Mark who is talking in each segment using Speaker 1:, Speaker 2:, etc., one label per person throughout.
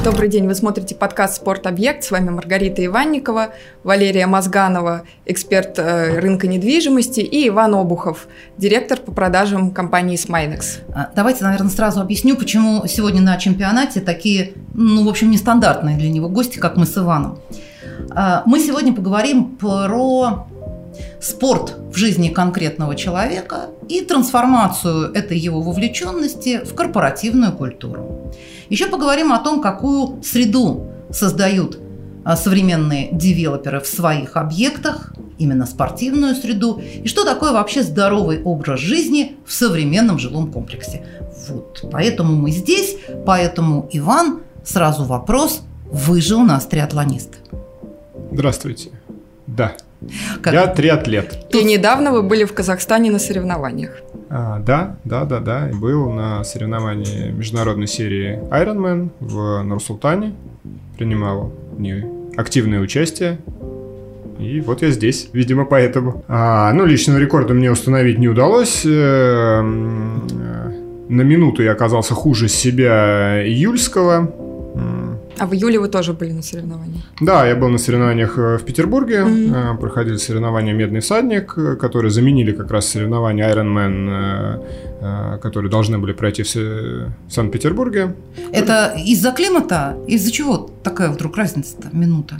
Speaker 1: Добрый день, вы смотрите подкаст «Спорт-объект». С вами Маргарита Иванникова, Валерия Мозганова, эксперт рынка недвижимости, и Иван Обухов, директор по продажам компании Sminex.
Speaker 2: Давайте, наверное, сразу объясню, почему сегодня на чемпионате такие, в общем, нестандартные для него гости, как мы с Иваном. Мы сегодня поговорим про спорт в жизни конкретного человека и трансформацию этой его вовлеченности в корпоративную культуру. Еще поговорим о том, какую среду создают современные девелоперы в своих объектах, именно спортивную среду, и что такое вообще здоровый образ жизни в современном жилом комплексе. Вот, поэтому мы здесь, поэтому, Иван, сразу вопрос: вы же у нас триатлонист.
Speaker 3: Здравствуйте. Да. Я триатлет.
Speaker 1: И недавно вы были в Казахстане на соревнованиях.
Speaker 3: Да. Был на соревновании международной серии Ironman в Нур-Султане. Принимал в ней активное участие. И вот я здесь, видимо, поэтому. Личного рекорда мне установить не удалось. На минуту я оказался хуже себя июльского.
Speaker 1: А в июле вы тоже были на соревнованиях? Да,
Speaker 3: я был на соревнованиях в Петербурге. Проходили соревнования «Медный всадник», которые заменили как раз соревнования Ironman, которые должны были пройти в Санкт-Петербурге.
Speaker 2: Это из-за климата? Из-за чего такая вдруг разница-то, минута?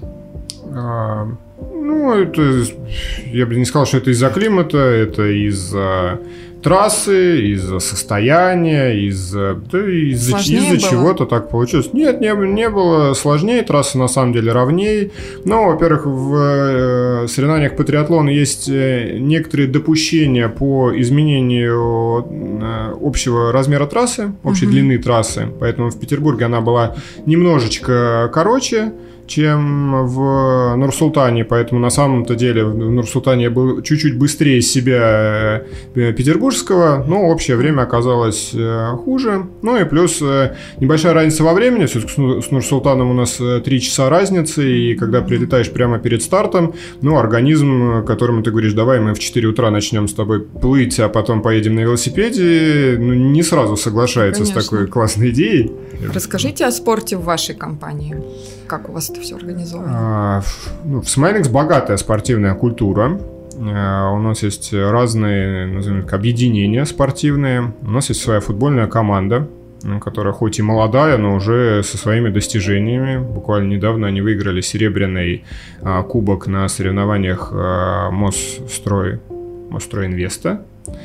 Speaker 3: Я бы не сказал, что это из-за климата, это из-за трассы, из-за состояния, из-за чего-то так получилось. Нет, не было сложнее, трасса на самом деле ровнее. Но, во-первых, в соревнованиях по триатлону есть некоторые допущения по изменению общего размера трассы, общей длины трассы. Поэтому в Петербурге она была немножечко короче, чем в Нур-Султане, поэтому на самом-то деле в Нур-Султане я был чуть-чуть быстрее себя петербургского, но общее время оказалось хуже. Ну и плюс небольшая разница во времени, все-таки с Нур-Султаном у нас 3 часа разницы, и когда прилетаешь прямо перед стартом, организм, которому ты говоришь: давай мы в 4 утра начнем с тобой плыть, а потом поедем на велосипеде, не сразу соглашается. Конечно. С такой классной идеей.
Speaker 1: Расскажите о спорте в вашей компании. Как у вас это все организовано?
Speaker 3: В Sminex богатая спортивная культура. У нас есть разные, назовем так, объединения спортивные. У нас есть своя футбольная команда, которая хоть и молодая, но уже со своими достижениями. Буквально недавно они выиграли серебряный кубок на соревнованиях Мосстройинвеста.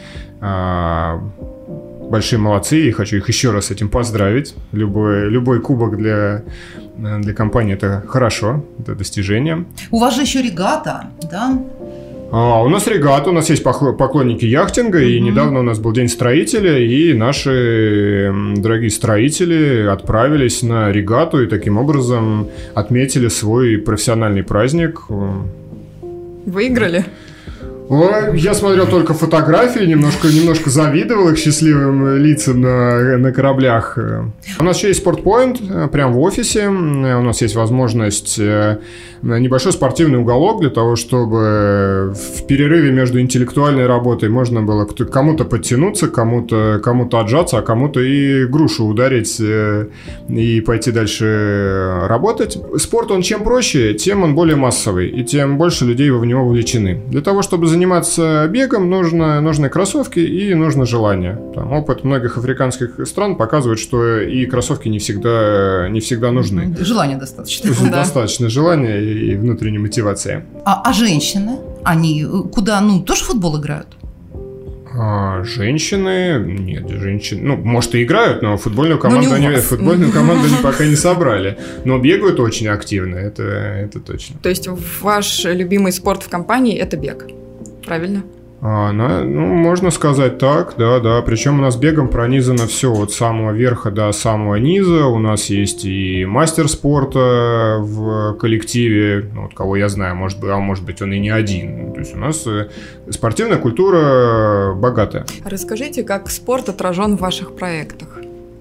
Speaker 3: Большие молодцы, и хочу их еще раз с этим поздравить. Любой кубок для компании – это хорошо, это достижение.
Speaker 2: У вас же еще регата, да?
Speaker 3: У нас регата, у нас есть поклонники яхтинга, и недавно у нас был День строителя, и наши дорогие строители отправились на регату и таким образом отметили свой профессиональный праздник.
Speaker 1: Выиграли?
Speaker 3: Я смотрел только фотографии, немножко завидовал их счастливым лицам на кораблях. У нас еще есть спортпоинт прямо в офисе. У нас есть возможность небольшой спортивный уголок для того, чтобы в перерыве между интеллектуальной работой можно было кому-то подтянуться, кому-то отжаться, а кому-то и грушу ударить и пойти дальше работать. Спорт, он чем проще, тем он более массовый, и тем больше людей в него вовлечены. Для того, чтобы заниматься бегом, нужны кроссовки и нужно желание. Опыт многих африканских стран показывает, что и кроссовки не всегда нужны.
Speaker 2: Желания достаточно.
Speaker 3: Достаточно желания и внутренней мотивации.
Speaker 2: А женщины? Они куда? Тоже в футбол играют?
Speaker 3: Женщины... Нет, женщины... может, и играют, но футбольную команду они пока не собрали. Но бегают очень активно, это точно.
Speaker 1: То есть ваш любимый спорт в компании – это бег, правильно?
Speaker 3: Можно сказать так, да. Причем у нас бегом пронизано все от самого верха до самого низа. У нас есть и мастер спорта в коллективе, кого я знаю, может быть, он и не один. То есть у нас спортивная культура богатая.
Speaker 1: Расскажите, как спорт отражен в ваших проектах?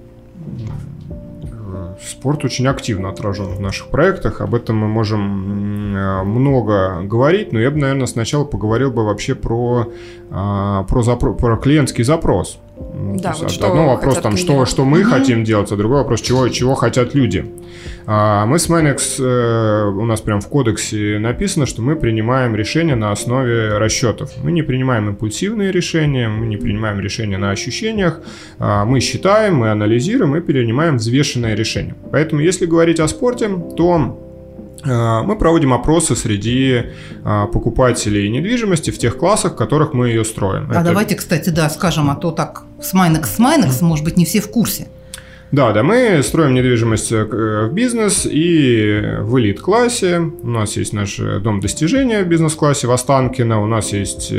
Speaker 3: Спорт очень активно отражен в наших проектах, об этом мы можем много говорить, но я бы, наверное, сначала поговорил бы вообще про клиентский запрос.
Speaker 1: Да, вот
Speaker 3: одно вопрос, там, что мы хотим делать, а другой вопрос, чего хотят люди. Мы с Mainex, у нас прям в кодексе написано, что мы принимаем решения на основе расчетов. Мы не принимаем импульсивные решения, мы не принимаем решения на ощущениях. Мы считаем, мы анализируем и принимаем взвешенные решения. Поэтому, если говорить о спорте, то мы проводим опросы среди покупателей недвижимости в тех классах, в которых мы ее строим.
Speaker 2: Давайте, кстати, скажем, а то так с Mainex, может быть, не все в курсе.
Speaker 3: Да, мы строим недвижимость в бизнес и в элит-классе. У нас есть наш дом достижения в бизнес-классе в Останкино. У нас есть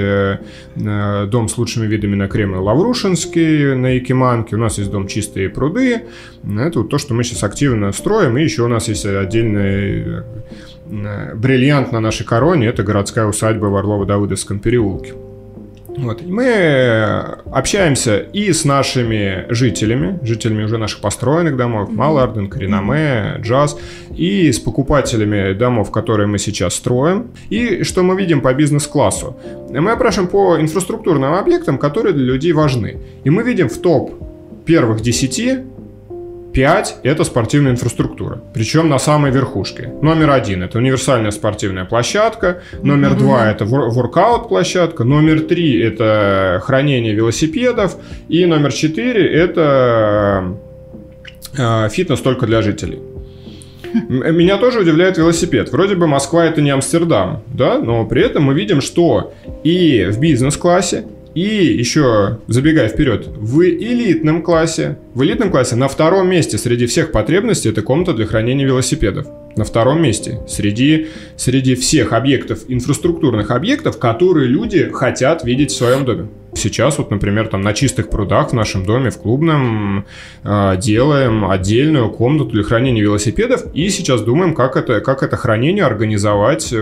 Speaker 3: дом с лучшими видами на Кремль Лаврушинский на Якиманке. У нас есть дом Чистые пруды. Это вот то, что мы сейчас активно строим. И еще у нас есть отдельный бриллиант на нашей короне. Это городская усадьба в Орлово-Давыдовском переулке. Вот. Мы общаемся и с нашими жителями уже наших построенных домов, Маларден, Реноме, Джаз, и с покупателями домов, которые мы сейчас строим. И что мы видим по бизнес-классу? Мы опрашиваем по инфраструктурным объектам, которые для людей важны. И мы видим в топ первых 10 5 – это спортивная инфраструктура, причем на самой верхушке. Номер 1 – это универсальная спортивная площадка, номер 2 – это воркаут-площадка, номер 3 – это хранение велосипедов, и номер 4 – это фитнес только для жителей. Меня тоже удивляет велосипед. Вроде бы Москва – это не Амстердам, да? Но при этом мы видим, что и в бизнес-классе, и еще, забегая вперед, в элитном классе на втором месте среди всех потребностей это комната для хранения велосипедов. На втором месте среди всех объектов, инфраструктурных объектов, которые люди хотят видеть в своем доме. Сейчас вот, например, там на Чистых прудах в нашем доме, в клубном, делаем отдельную комнату для хранения велосипедов и сейчас думаем, как это хранение организовать и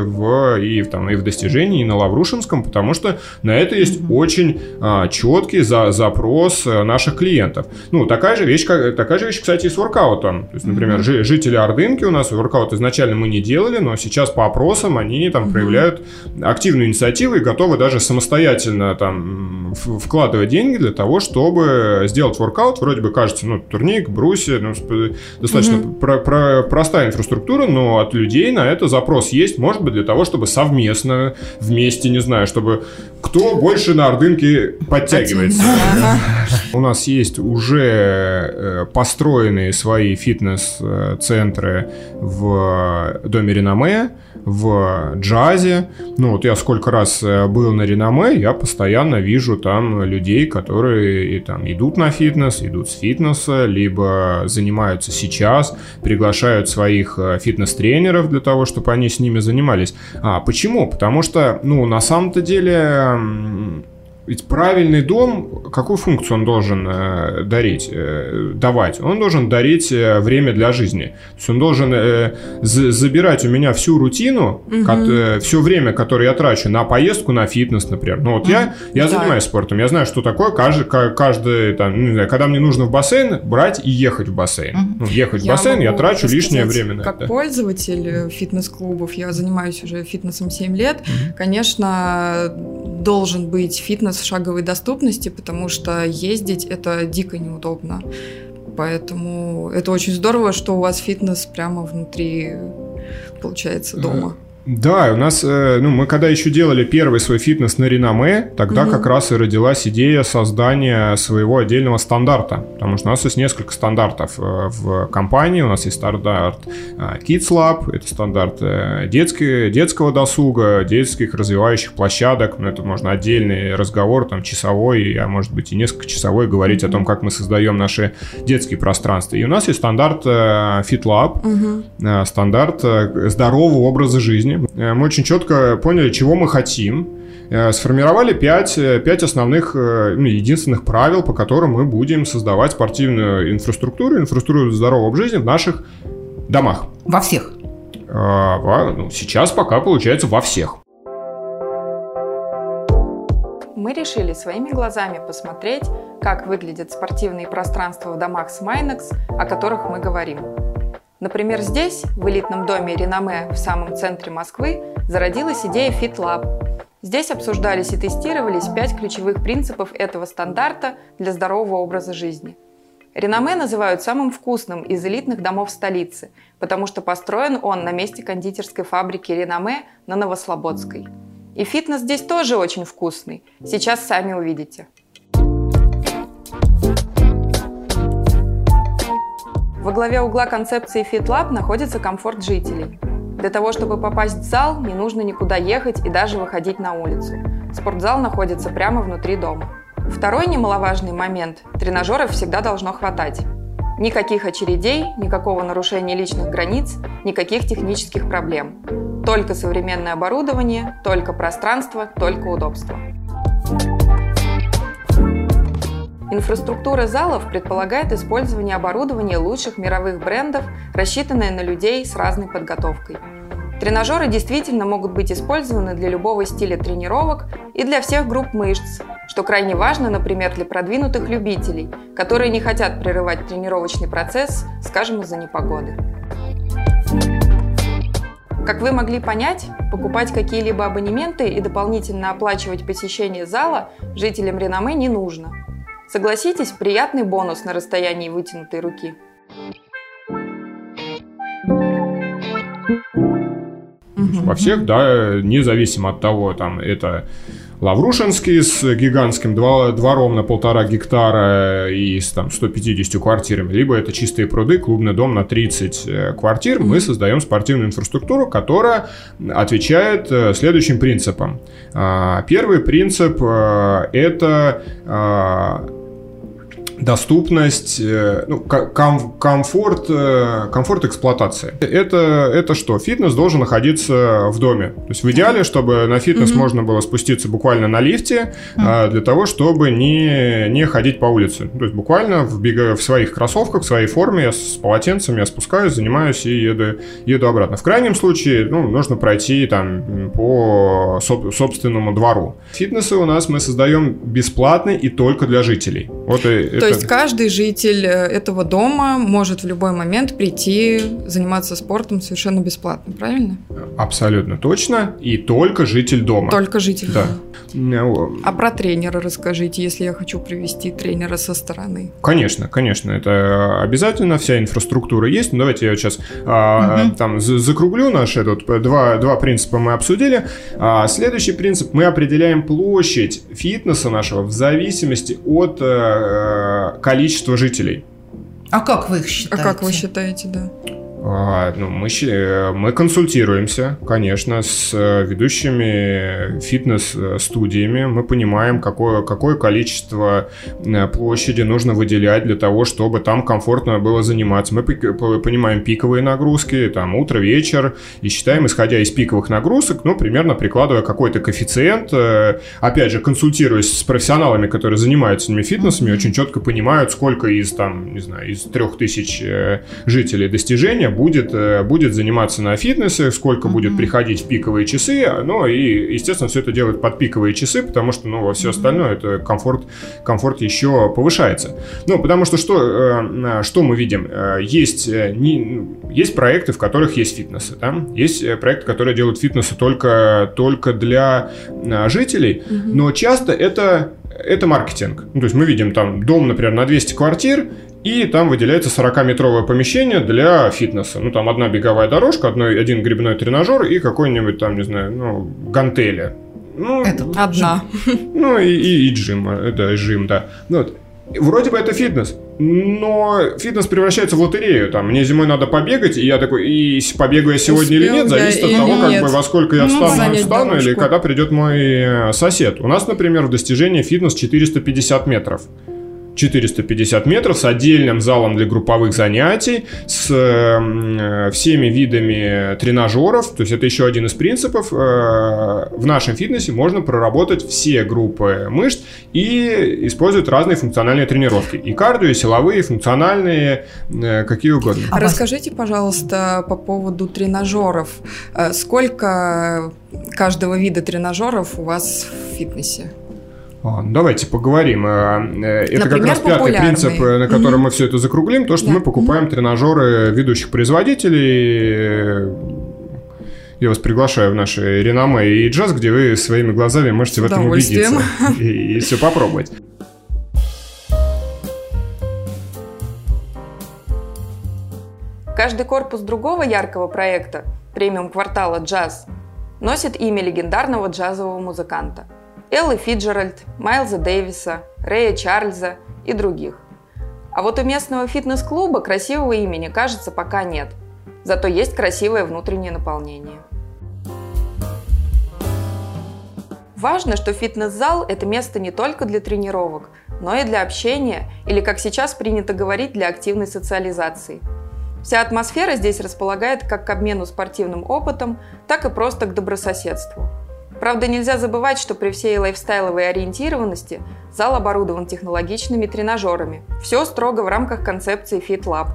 Speaker 3: в достижении, и на Лаврушинском, потому что на это есть очень четкий запрос наших клиентов. Ну, такая же вещь, кстати, и с воркаутом. То есть, например, жители Ордынки у нас воркаут изначально мы не делали, но сейчас по опросам они там проявляют активную инициативу и готовы даже самостоятельно там вкладывать деньги для того, чтобы сделать воркаут. Вроде бы кажется, турник, брусья, достаточно простая инфраструктура, но от людей на это запрос есть, может быть, для того, чтобы совместно, вместе, не знаю, чтобы кто больше на Ордынке подтягивается. У нас есть уже построенные свои фитнес-центры в доме Реноме, в Джазе. Я сколько раз был на Реноме, я постоянно вижу там людей, которые там идут на фитнес, идут с фитнеса, либо занимаются сейчас, приглашают своих фитнес-тренеров для того, чтобы они с ними занимались. Почему? Потому что, на самом-то деле... Ведь правильный дом, какую функцию он должен давать? Он должен дарить время для жизни. То есть он должен забирать у меня всю рутину, все время, которое я трачу на поездку, на фитнес, например. Я занимаюсь спортом, я знаю, что такое каждый когда мне нужно в бассейн, брать и ехать в бассейн. Ехать в бассейн, я трачу лишнее время на это.
Speaker 1: Как пользователь фитнес-клубов, я занимаюсь уже фитнесом 7 лет, конечно, должен быть фитнес в шаговой доступности, потому что ездить это дико неудобно. Поэтому это очень здорово, что у вас фитнес прямо внутри, получается, дома.
Speaker 3: Да, у нас, мы когда еще делали первый свой фитнес на Реноме, тогда как раз и родилась идея создания своего отдельного стандарта, потому что у нас есть несколько стандартов в компании. У нас есть стандарт Kids Lab, это стандарт детского досуга, детских развивающих площадок. Это можно отдельный разговор, там, часовой, а может быть и несколько часовой, говорить о том, как мы создаем наши детские пространства. И у нас есть стандарт Fit Lab, стандарт здорового образа жизни. Мы очень четко поняли, чего мы хотим. Сформировали 5 основных, единственных правил, по которым мы будем создавать спортивную инфраструктуру здорового образа жизни в наших домах.
Speaker 2: Во всех?
Speaker 3: Сейчас пока получается во всех.
Speaker 1: Мы решили своими глазами посмотреть, как выглядят спортивные пространства в домах с Mainex, о которых мы говорим. Например, здесь, в элитном доме Реноме в самом центре Москвы, зародилась идея Fit Lab. Здесь обсуждались и тестировались 5 ключевых принципов этого стандарта для здорового образа жизни. Реноме называют самым вкусным из элитных домов столицы, потому что построен он на месте кондитерской фабрики Реноме на Новослободской. И фитнес здесь тоже очень вкусный. Сейчас сами увидите. Во главе угла концепции FitLab находится комфорт жителей. Для того, чтобы попасть в зал, не нужно никуда ехать и даже выходить на улицу. Спортзал находится прямо внутри дома. Второй немаловажный момент – тренажеров всегда должно хватать. Никаких очередей, никакого нарушения личных границ, никаких технических проблем. Только современное оборудование, только пространство, только удобство. Инфраструктура залов предполагает использование оборудования лучших мировых брендов, рассчитанное на людей с разной подготовкой. Тренажеры действительно могут быть использованы для любого стиля тренировок и для всех групп мышц, что крайне важно, например, для продвинутых любителей, которые не хотят прерывать тренировочный процесс, скажем, из-за непогоды. Как вы могли понять, покупать какие-либо абонементы и дополнительно оплачивать посещение зала жителям Реноме не нужно. Согласитесь, приятный бонус на расстоянии вытянутой руки.
Speaker 3: Во всех, да, независимо от того, там это Лаврушинский с гигантским двором на 1,5 гектара и с там 150 квартирами, либо это Чистые пруды, клубный дом на 30 квартир, мы создаем спортивную инфраструктуру, которая отвечает следующим принципам. Первый принцип – это доступность, комфорт эксплуатации. Это что? Фитнес должен находиться в доме. То есть в идеале, чтобы на фитнес можно было спуститься буквально на лифте, для того, чтобы не ходить по улице. То есть буквально в своих кроссовках, в своей форме, я с полотенцем я спускаюсь, занимаюсь и еду обратно. В крайнем случае, нужно пройти там по собственному двору. Фитнесы у нас мы создаем бесплатно и только для жителей.
Speaker 1: То есть каждый житель этого дома может в любой момент прийти заниматься спортом совершенно бесплатно, правильно?
Speaker 3: Абсолютно точно. И только житель дома.
Speaker 1: Только житель
Speaker 3: дома.
Speaker 1: А про тренера расскажите, если я хочу привести тренера со стороны.
Speaker 3: Конечно. Это обязательно. Вся инфраструктура есть. Но давайте я сейчас там закруглю наши два принципа мы обсудили. Следующий принцип. Мы определяем площадь фитнеса нашего в зависимости от количество жителей.
Speaker 2: А как вы их считаете?
Speaker 1: А как вы считаете, да?
Speaker 3: Мы консультируемся, конечно, с ведущими фитнес-студиями. Мы понимаем, какое количество площади нужно выделять для того, чтобы там комфортно было заниматься. Мы понимаем пиковые нагрузки, там утро, вечер, и считаем, исходя из пиковых нагрузок, примерно прикладывая какой-то коэффициент. Опять же, консультируясь с профессионалами, которые занимаются этими фитнесами, очень четко понимают, сколько из 3000 жителей достижения будет заниматься на фитнесе, сколько будет приходить в пиковые часы, и, естественно, все это делают под пиковые часы, потому что, во все остальное это комфорт еще повышается. Потому что что мы видим? Есть проекты, в которых есть фитнесы, да? Есть проекты, которые делают фитнесы только для жителей, но часто это маркетинг. То есть мы видим там дом, например, на 200 квартир, и там выделяется 40-метровое помещение для фитнеса. Там одна беговая дорожка, один гребной тренажер и какой-нибудь там, не знаю, гантели.
Speaker 1: Одна.
Speaker 3: И джим. Это жим, да. Вроде бы это фитнес, но фитнес превращается в лотерею. Мне зимой надо побегать, и я такой, и побегаю я сегодня или нет, зависит от того, во сколько я встану или когда придет мой сосед. У нас, например, в достижении фитнес 450 метров. 450 метров с отдельным залом для групповых занятий, с всеми видами тренажеров. То есть это еще один из принципов. В нашем фитнесе можно проработать все группы мышц и использовать разные функциональные тренировки. И кардио, и силовые, и функциональные, какие угодно.
Speaker 1: Расскажите, пожалуйста, по поводу тренажеров. Сколько каждого вида тренажеров у вас в фитнесе?
Speaker 3: Давайте поговорим. Это, например, как раз пятый принцип, на котором мы все это закруглим. То, что мы покупаем тренажеры ведущих производителей. Я вас приглашаю в наши Реноме и Джаз, где вы своими глазами можете в этом убедиться и все попробовать.
Speaker 1: Каждый корпус другого яркого проекта, премиум-квартала «Джаз», носит имя легендарного джазового музыканта Эллы Фицджеральд, Майлза Дэвиса, Рэя Чарльза и других. А вот у местного фитнес-клуба красивого имени, кажется, пока нет. Зато есть красивое внутреннее наполнение. Важно, что фитнес-зал – это место не только для тренировок, но и для общения, или, как сейчас принято говорить, для активной социализации. Вся атмосфера здесь располагает как к обмену спортивным опытом, так и просто к добрососедству. Правда, нельзя забывать, что при всей лайфстайловой ориентированности зал оборудован технологичными тренажерами. Все строго в рамках концепции FitLab.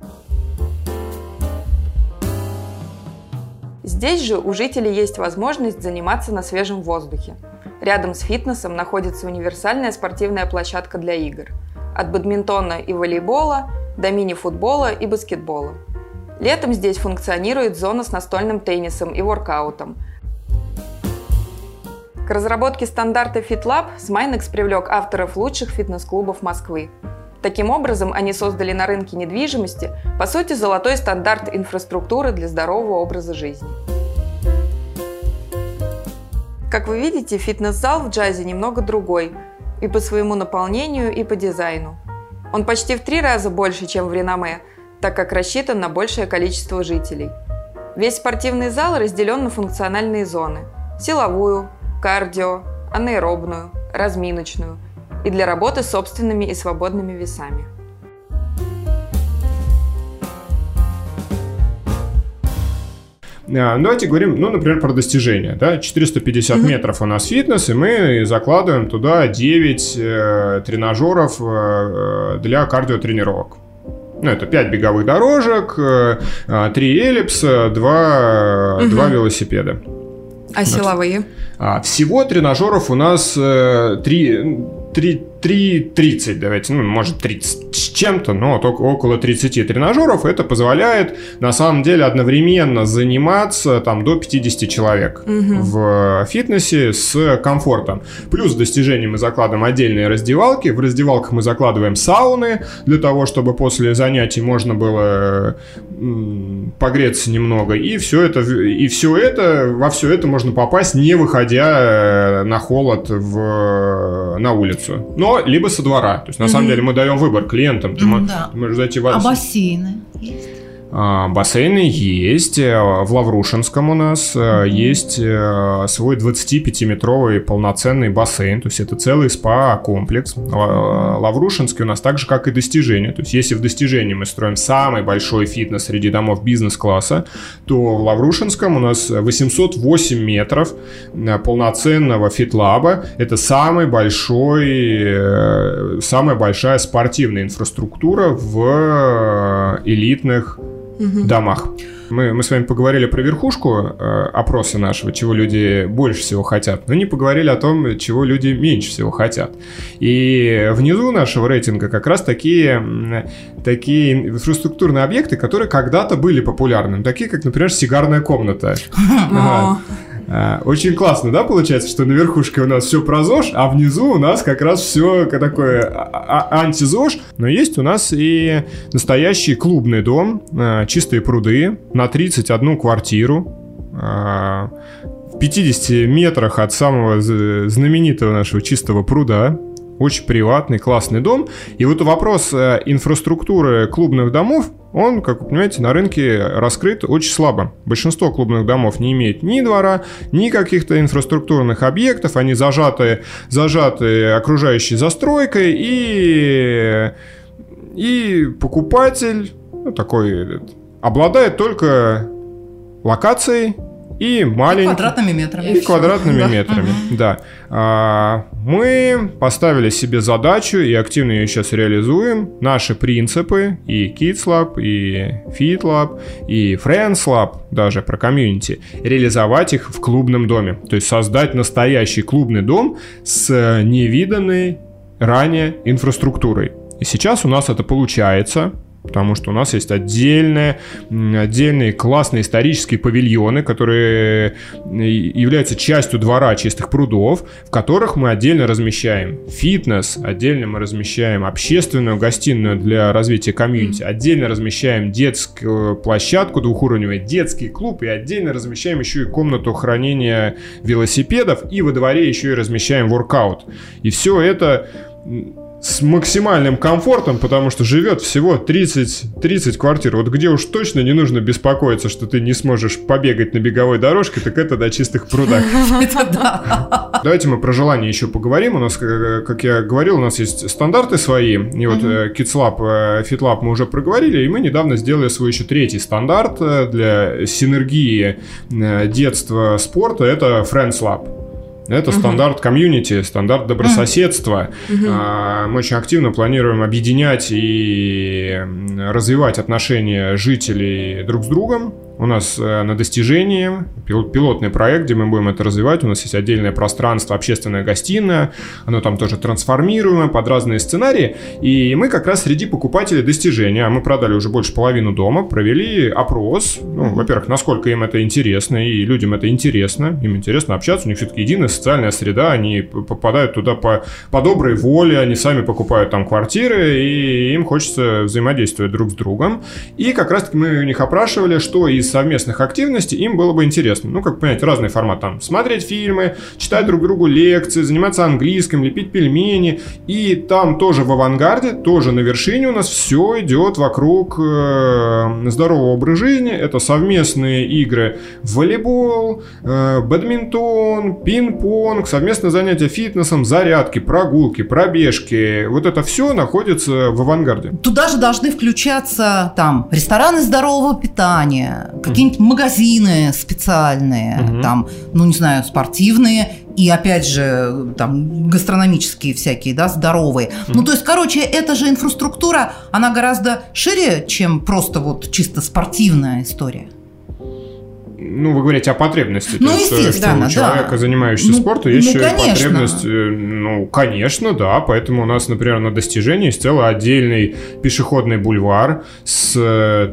Speaker 1: Здесь же у жителей есть возможность заниматься на свежем воздухе. Рядом с фитнесом находится универсальная спортивная площадка для игр. От бадминтона и волейбола до мини-футбола и баскетбола. Летом здесь функционирует зона с настольным теннисом и воркаутом. К разработке стандарта FitLab Sminex привлек авторов лучших фитнес-клубов Москвы. Таким образом, они создали на рынке недвижимости, по сути, золотой стандарт инфраструктуры для здорового образа жизни. Как вы видите, фитнес-зал в Джазе немного другой и по своему наполнению, и по дизайну. Он почти в 3 раза больше, чем в Реноме, так как рассчитан на большее количество жителей. Весь спортивный зал разделен на функциональные зоны – силовую, кардио, анаэробную, разминочную и для работы с собственными и свободными весами.
Speaker 3: Давайте говорим, например, про достижения. Да? 450 метров у нас фитнес, и мы закладываем туда 9 тренажеров для кардиотренировок. Это 5 беговых дорожек, 3 эллипса, 2 велосипеда.
Speaker 1: А силовые?
Speaker 3: Всего тренажеров у нас 30, давайте, может 30 с чем-то, но только около 30 тренажеров. Это позволяет, на самом деле, одновременно заниматься до 50 человек в фитнесе с комфортом. Плюс в достижении мы закладываем отдельные раздевалки. В раздевалках мы закладываем сауны, для того, чтобы после занятий можно было погреться немного. И во все это можно попасть, не выходя на холод на улицу. Но либо со двора. То есть, на самом деле, мы даем выбор клиентам. Ты можешь зайти в...
Speaker 2: А бассейны есть?
Speaker 3: Бассейны есть. В Лаврушинском у нас есть свой 25-метровый полноценный бассейн. То есть, это целый спа-комплекс. Лаврушинский у нас так же, как и достижение. То есть, если в достижении мы строим самый большой фитнес среди домов бизнес-класса, то в Лаврушинском у нас 808 метров полноценного фитлаба. Это самая большая спортивная инфраструктура в элитных домах. Мы с вами поговорили про верхушку опроса нашего, чего люди больше всего хотят, но не поговорили о том, чего люди меньше всего хотят. И внизу нашего рейтинга как раз такие инфраструктурные объекты, которые когда-то были популярными, такие как, например, сигарная комната. Очень классно, да, получается, что на верхушке у нас все про ЗОЖ, а внизу у нас как раз все такое анти-ЗОЖ. Но есть у нас и настоящий клубный дом, чистые пруды, на 31 квартиру, в 50 метрах от самого знаменитого нашего чистого пруда. Очень приватный, классный дом. И вот вопрос инфраструктуры клубных домов, он, как вы понимаете, на рынке раскрыт очень слабо. Большинство клубных домов не имеет ни двора, ни каких-то инфраструктурных объектов. Они зажаты окружающей застройкой. И покупатель такой обладает только локацией и маленькими... квадратными метрами. Да. Мы поставили себе задачу и активно ее сейчас реализуем. Наши принципы и Kids Lab, и Fit Lab, и Friends Lab, даже про комьюнити, реализовать их в клубном доме. То есть создать настоящий клубный дом с невиданной ранее инфраструктурой. И сейчас у нас это получается. Потому что у нас есть отдельные классные исторические павильоны, которые являются частью двора Чистых прудов, в которых мы отдельно размещаем фитнес, отдельно мы размещаем общественную гостиную для развития комьюнити, отдельно размещаем детскую площадку, двухуровневый детский клуб, и отдельно размещаем еще и комнату хранения велосипедов, и во дворе еще и размещаем воркаут. И все это с максимальным комфортом, потому что живет всего 30 квартир. Вот где уж точно не нужно беспокоиться, что ты не сможешь побегать на беговой дорожке, так это на Чистых прудах. Давайте мы про желание еще поговорим. У нас, как я говорил, у нас есть стандарты свои. И вот Kids Lab, Fit Lab мы уже проговорили, и мы недавно сделали свой еще третий стандарт для синергии детства, спорта. Это Friends Lab. Это стандарт комьюнити, стандарт добрососедства. Мы очень активно планируем объединять и развивать отношения жителей друг с другом. У нас на достижении пилотный проект, где мы будем это развивать. У нас есть отдельное пространство, общественная гостиная. Оно там тоже трансформируемое под разные сценарии. И мы как раз среди покупателей достижения, а мы продали уже больше половины дома, провели опрос. Ну, во-первых, насколько им это интересно, и людям это интересно. Им интересно общаться, у них все-таки единая социальная среда. Они попадают туда по доброй воле, они сами покупают там квартиры, и им хочется взаимодействовать друг с другом. И как раз-таки мы у них опрашивали, что из совместных активностей им было бы интересно. Ну, как понять, разный формат. Там смотреть фильмы, читать друг другу лекции, заниматься английским, лепить пельмени. И там тоже в авангарде, тоже на вершине у нас все идет вокруг здорового образа жизни. Это совместные игры в волейбол, бадминтон, пинг-понг, совместное занятие фитнесом, зарядки, прогулки, пробежки. Вот это все находится в авангарде.
Speaker 2: Туда же должны включаться там рестораны здорового питания, какие-нибудь магазины специальные, там, ну, не знаю, спортивные и, опять же, там, гастрономические всякие, да, здоровые. Ну, то есть, короче, эта же инфраструктура, она гораздо шире, чем просто вот чисто спортивная история.
Speaker 3: Ну, вы говорите о потребности.
Speaker 2: Ну,
Speaker 3: то есть,
Speaker 2: естественно,
Speaker 3: что у человека, занимающегося спортом, есть еще
Speaker 2: конечно.
Speaker 3: потребность. Ну, конечно, да. Поэтому у нас, например, на достижении есть целый отдельный пешеходный бульвар с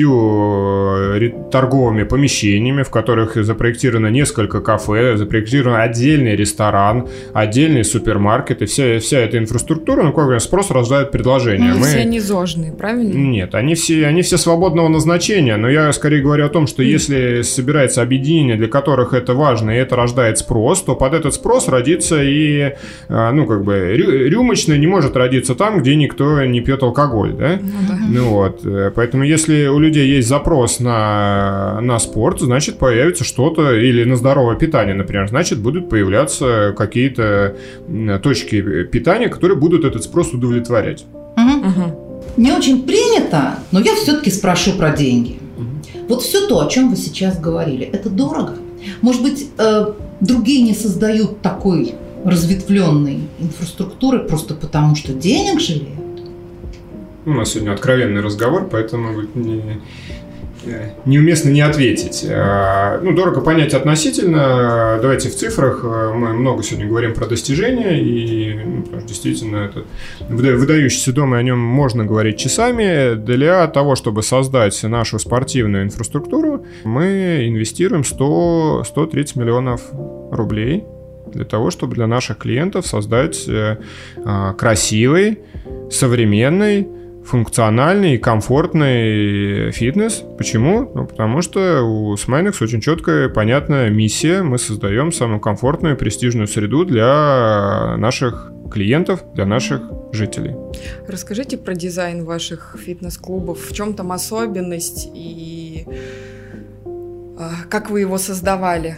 Speaker 3: 30 торговыми помещениями, в которых запроектировано несколько кафе, запроектирован отдельный ресторан, отдельный супермаркет. И вся эта инфраструктура, ну, как говорят, спрос рождает предложение.
Speaker 1: Ну, все они зожные, правильно?
Speaker 3: Нет, они все свободного назначения. Но я скорее говорю о том, что если собирается объединение, для которых это важно, и это рождает спрос, то под этот спрос родится и, ну, как бы, рюмочный не может родиться там, где никто не пьет алкоголь, да? Ну, вот. Поэтому, если у людей есть запрос на спорт, значит, появится что-то, или на здоровое питание, например, значит, будут появляться какие-то точки питания, которые будут этот спрос удовлетворять.
Speaker 2: Не очень принято, но я все-таки спрошу про деньги. Вот все то, о чем вы сейчас говорили, это дорого? Может быть, другие не создают такой разветвленной инфраструктуры просто потому, что денег жалеют?
Speaker 3: У нас сегодня откровенный разговор, поэтому неуместно не ответить. Ну, дорого понять относительно. Давайте в цифрах. Мы много сегодня говорим про достижения, и потому что действительно это выдающийся дом, и о нем можно говорить часами. Для того, чтобы создать нашу спортивную инфраструктуру, мы инвестируем 130 миллионов рублей для того, чтобы для наших клиентов создать красивый, современный, функциональный и комфортный фитнес. Почему? Ну, потому что у Sminex очень четкая и понятная миссия. Мы создаем самую комфортную и престижную среду для наших клиентов, для наших жителей.
Speaker 1: Расскажите про дизайн ваших фитнес-клубов. В чем там особенность и как вы его создавали?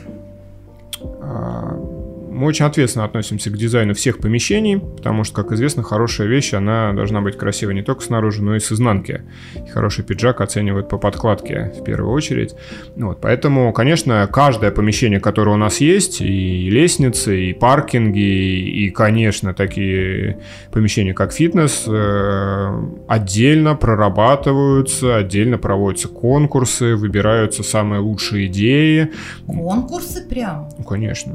Speaker 3: Мы очень ответственно относимся к дизайну всех помещений, потому что, как известно, хорошая вещь, она должна быть красивой не только снаружи, но и с изнанки. И хороший пиджак оценивают по подкладке в первую очередь. Вот, поэтому, конечно, каждое помещение, которое у нас есть, и лестницы, и паркинги, и, конечно, такие помещения, как фитнес, отдельно прорабатываются, отдельно проводятся конкурсы, выбираются самые лучшие идеи.
Speaker 2: Конкурсы прям?
Speaker 3: Ну, конечно.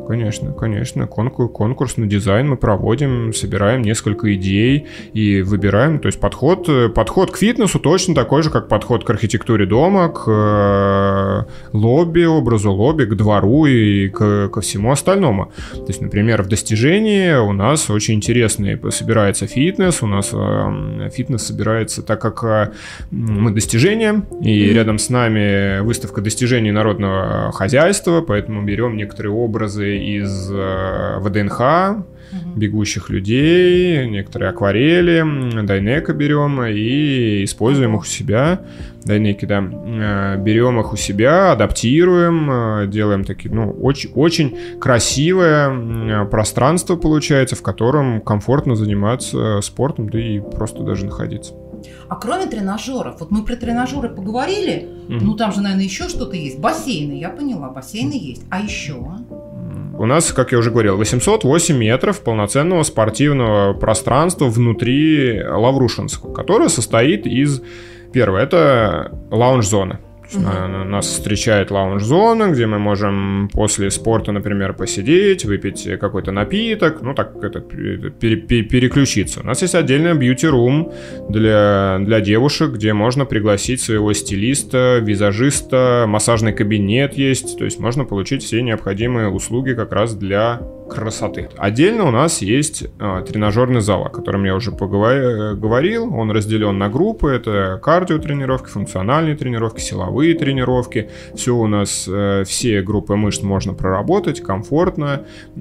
Speaker 3: конечно. Конкурс на дизайн мы проводим, собираем несколько идей и выбираем. То есть подход к фитнесу точно такой же, как подход к архитектуре дома, к лобби, образу лобби, к двору и ко всему остальному. То есть, например, в достижении у нас очень интересный собирается фитнес. У нас фитнес собирается, так как мы достижения, и рядом с нами выставка достижений народного хозяйства, поэтому берем некоторые образы из ВДНХ, бегущих людей, некоторые акварели, дайнека берем и используем их у себя. Дайнеки, да. Берем их у себя, адаптируем, делаем такие, очень красивое пространство получается, в котором комфортно заниматься спортом, да и просто даже находиться.
Speaker 2: А кроме тренажеров, вот мы про тренажеры поговорили, там же, наверное, еще что-то есть. Бассейны, я поняла, бассейны есть. А еще?
Speaker 3: У нас, как я уже говорил, 808 метров полноценного спортивного пространства внутри Лаврушинска, которое состоит из... Первое, это лаунж-зона. Нас встречает лаунж-зона, где мы можем после спорта, например, посидеть, выпить какой-то напиток, переключиться. У нас есть отдельный бьюти-рум для девушек, где можно пригласить своего стилиста, визажиста, массажный кабинет есть, то есть можно получить все необходимые услуги как раз для красоты. Отдельно у нас есть тренажерный зал, о котором я уже говорил. Он разделен на группы. Это кардиотренировки, функциональные тренировки, силовые тренировки. Все у нас, все группы мышц можно проработать комфортно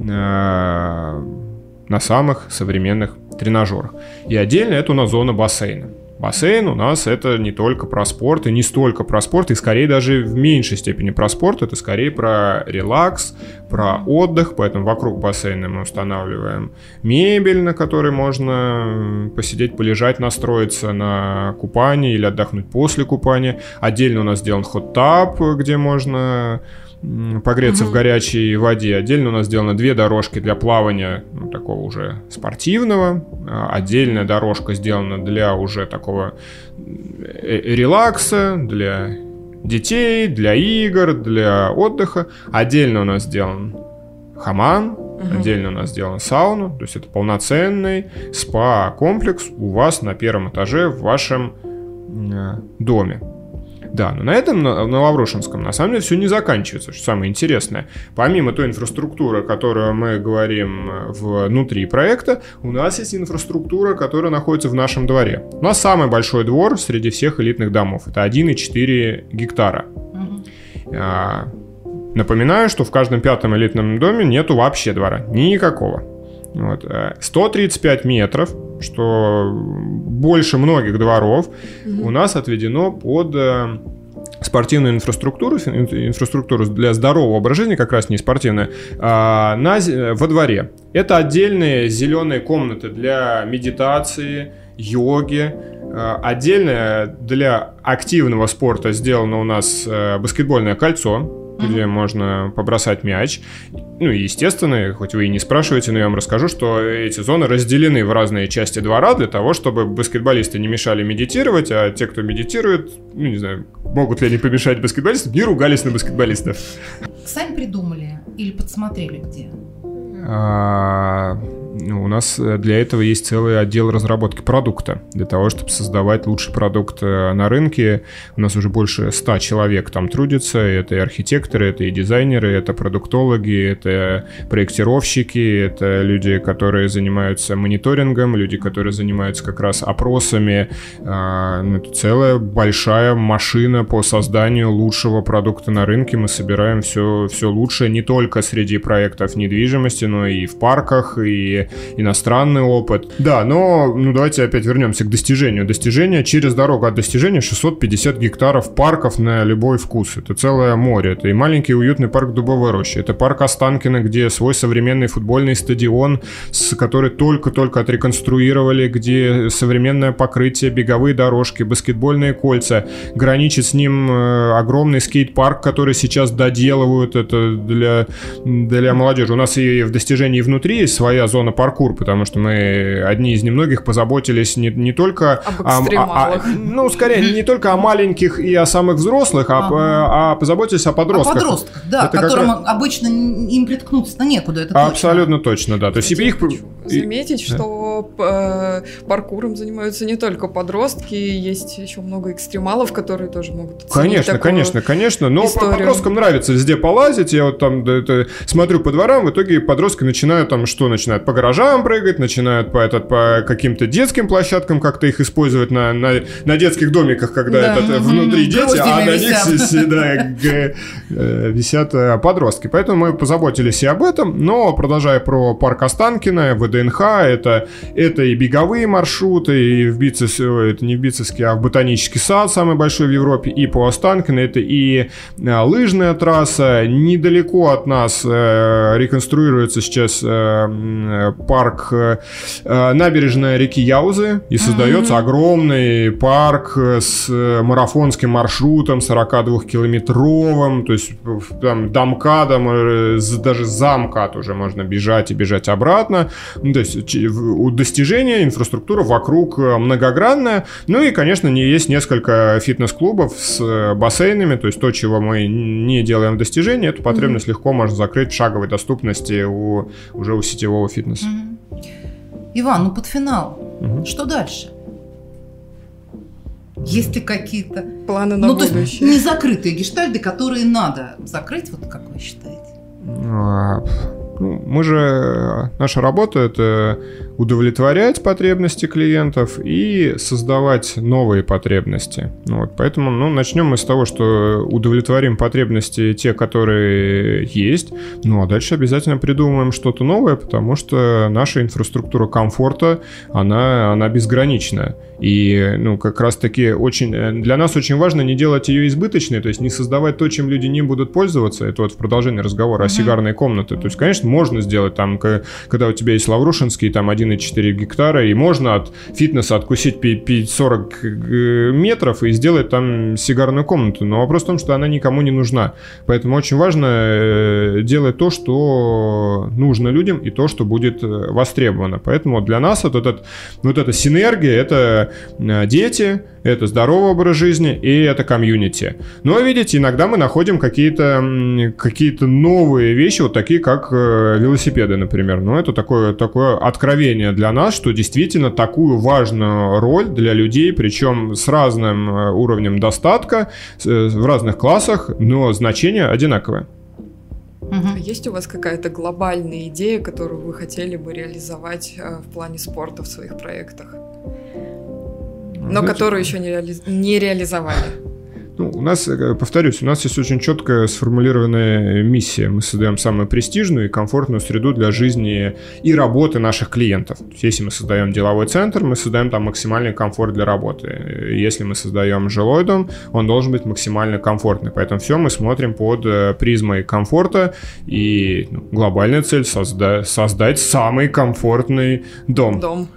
Speaker 3: на самых современных тренажерах. И отдельно это у нас зона бассейна. Бассейн у нас это не только про спорт и не столько про спорт, и скорее даже в меньшей степени про спорт, это скорее про релакс, про отдых, поэтому вокруг бассейна мы устанавливаем мебель, на которой можно посидеть, полежать, настроиться на купание или отдохнуть после купания. Отдельно у нас сделан хот-таб, где можно погреться в горячей воде. Отдельно у нас сделано 2 дорожки для плавания, такого уже спортивного. Отдельная дорожка сделана для уже такого релакса, для детей, для игр, для отдыха. Отдельно у нас сделан хамам, отдельно у нас сделан сауна. То есть это полноценный спа-комплекс у вас на первом этаже в вашем доме. Да, но на этом, на Лаврушинском, на самом деле все не заканчивается, что самое интересное. Помимо той инфраструктуры, о которой мы говорим внутри проекта, у нас есть инфраструктура, которая находится в нашем дворе. У нас самый большой двор среди всех элитных домов. Это 1,4 гектара. Напоминаю, что в каждом 5-м элитном доме нету вообще двора. Никакого. 135 метров, что больше многих дворов, у нас отведено под спортивную инфраструктуру для здорового образа жизни, как раз не спортивная, во дворе. Это отдельные зеленые комнаты для медитации, йоги. Отдельно для активного спорта сделано у нас баскетбольное кольцо, где можно побросать мяч. Естественно, хоть вы и не спрашиваете, но я вам расскажу, что эти зоны разделены в разные части двора для того, чтобы баскетболисты не мешали медитировать, а те, кто медитирует, не знаю, могут ли они помешать баскетболистам, не ругались на баскетболистов.
Speaker 2: Сами придумали или подсмотрели где?
Speaker 3: У нас для этого есть целый отдел разработки продукта. Для того, чтобы создавать лучший продукт на рынке, у нас уже больше 100 человек там трудятся. Это и архитекторы, это и дизайнеры, это продуктологи, это проектировщики, это люди, которые занимаются мониторингом, люди, которые занимаются как раз опросами. Это целая большая машина по созданию лучшего продукта на рынке. Мы собираем все лучшее не только среди проектов недвижимости, но и в парках, и иностранный опыт. Да, но давайте опять вернемся к достижению. Достижение через дорогу от достижения 650 гектаров парков на любой вкус. Это целое море. Это и маленький уютный парк Дубовой рощи. Это парк Останкино, где свой современный футбольный стадион, который только-только отреконструировали, где современное покрытие, беговые дорожки, баскетбольные кольца. Граничит с ним огромный скейт-парк, который сейчас доделывают. Это для молодежи. У нас и в достижении внутри есть своя зона на паркур, потому что мы одни из немногих позаботились не только
Speaker 1: об экстремалах.
Speaker 3: Скорее, не только о маленьких и о самых взрослых, а позаботились о подростках.
Speaker 2: О подростках, да, которым обычно им приткнуться некуда, это
Speaker 3: абсолютно точно, да. То есть их...
Speaker 1: Заметить, что паркуром занимаются не только подростки, есть еще много экстремалов, которые тоже могут оценить
Speaker 3: Конечно. Но подросткам нравится везде полазить. Я вот там смотрю по дворам, в итоге подростки начинают по гаражам прыгать, начинают по каким-то детским площадкам как-то их использовать на детских домиках, когда внутри дети, а на них висят подростки. Поэтому мы позаботились и об этом. Но продолжая про парк Останкино, ВДНХ, это и беговые маршруты, и это не в Битцевске, а в Ботанический сад, самый большой в Европе, и по Останкино, это и лыжная трасса. Недалеко от нас реконструируется сейчас парк набережная реки Яузы, и создается огромный парк с марафонским маршрутом 42-километровым, то есть там до МКАДа, даже за МКАД уже можно бежать и бежать обратно. То есть у достижения инфраструктура вокруг многогранная. Ну и, конечно, есть несколько фитнес-клубов с бассейнами, то есть то, чего мы не делаем в достижении, эту потребность легко можно закрыть в шаговой доступности уже у сетевого фитнеса.
Speaker 2: Иван, под финал. Что дальше? Есть ли какие-то
Speaker 1: планы на будущее?
Speaker 2: То есть не закрытые гештальты, которые надо закрыть, вот как вы считаете?
Speaker 3: Наша работа – это удовлетворять потребности клиентов и создавать новые потребности. Поэтому начнем мы с того, что удовлетворим потребности те, которые есть, а дальше обязательно придумаем что-то новое, потому что наша инфраструктура комфорта, она безгранична. И как раз-таки для нас очень важно не делать ее избыточной, то есть не создавать то, чем люди не будут пользоваться. Это вот в продолжении разговора о сигарной комнате. То есть, конечно, можно сделать там, когда у тебя есть Лаврушинский, там 1,4 гектара, и можно от фитнеса откусить 40 метров и сделать там сигарную комнату. Но вопрос в том, что она никому не нужна. Поэтому очень важно делать то, что нужно людям, и то, что будет востребовано. Поэтому для нас эта синергия – это дети, это здоровый образ жизни и это комьюнити. Но, видите, иногда мы находим какие-то новые вещи, вот такие, как велосипеды, например. Это такое откровение для нас, что действительно такую важную роль для людей, причем с разным уровнем достатка, в разных классах, но значение одинаковое.
Speaker 1: Есть у вас какая-то глобальная идея, которую вы хотели бы реализовать в плане спорта в своих проектах? Но которую еще не реализовали?
Speaker 3: У нас, повторюсь, у нас есть очень четко сформулированная миссия. Мы создаем самую престижную и комфортную среду для жизни и работы наших клиентов. То есть, если мы создаем деловой центр, мы создаем там максимальный комфорт для работы. Если мы создаем жилой дом, он должен быть максимально комфортный. Поэтому все мы смотрим под призмой комфорта. И глобальная цель — создать самый комфортный дом.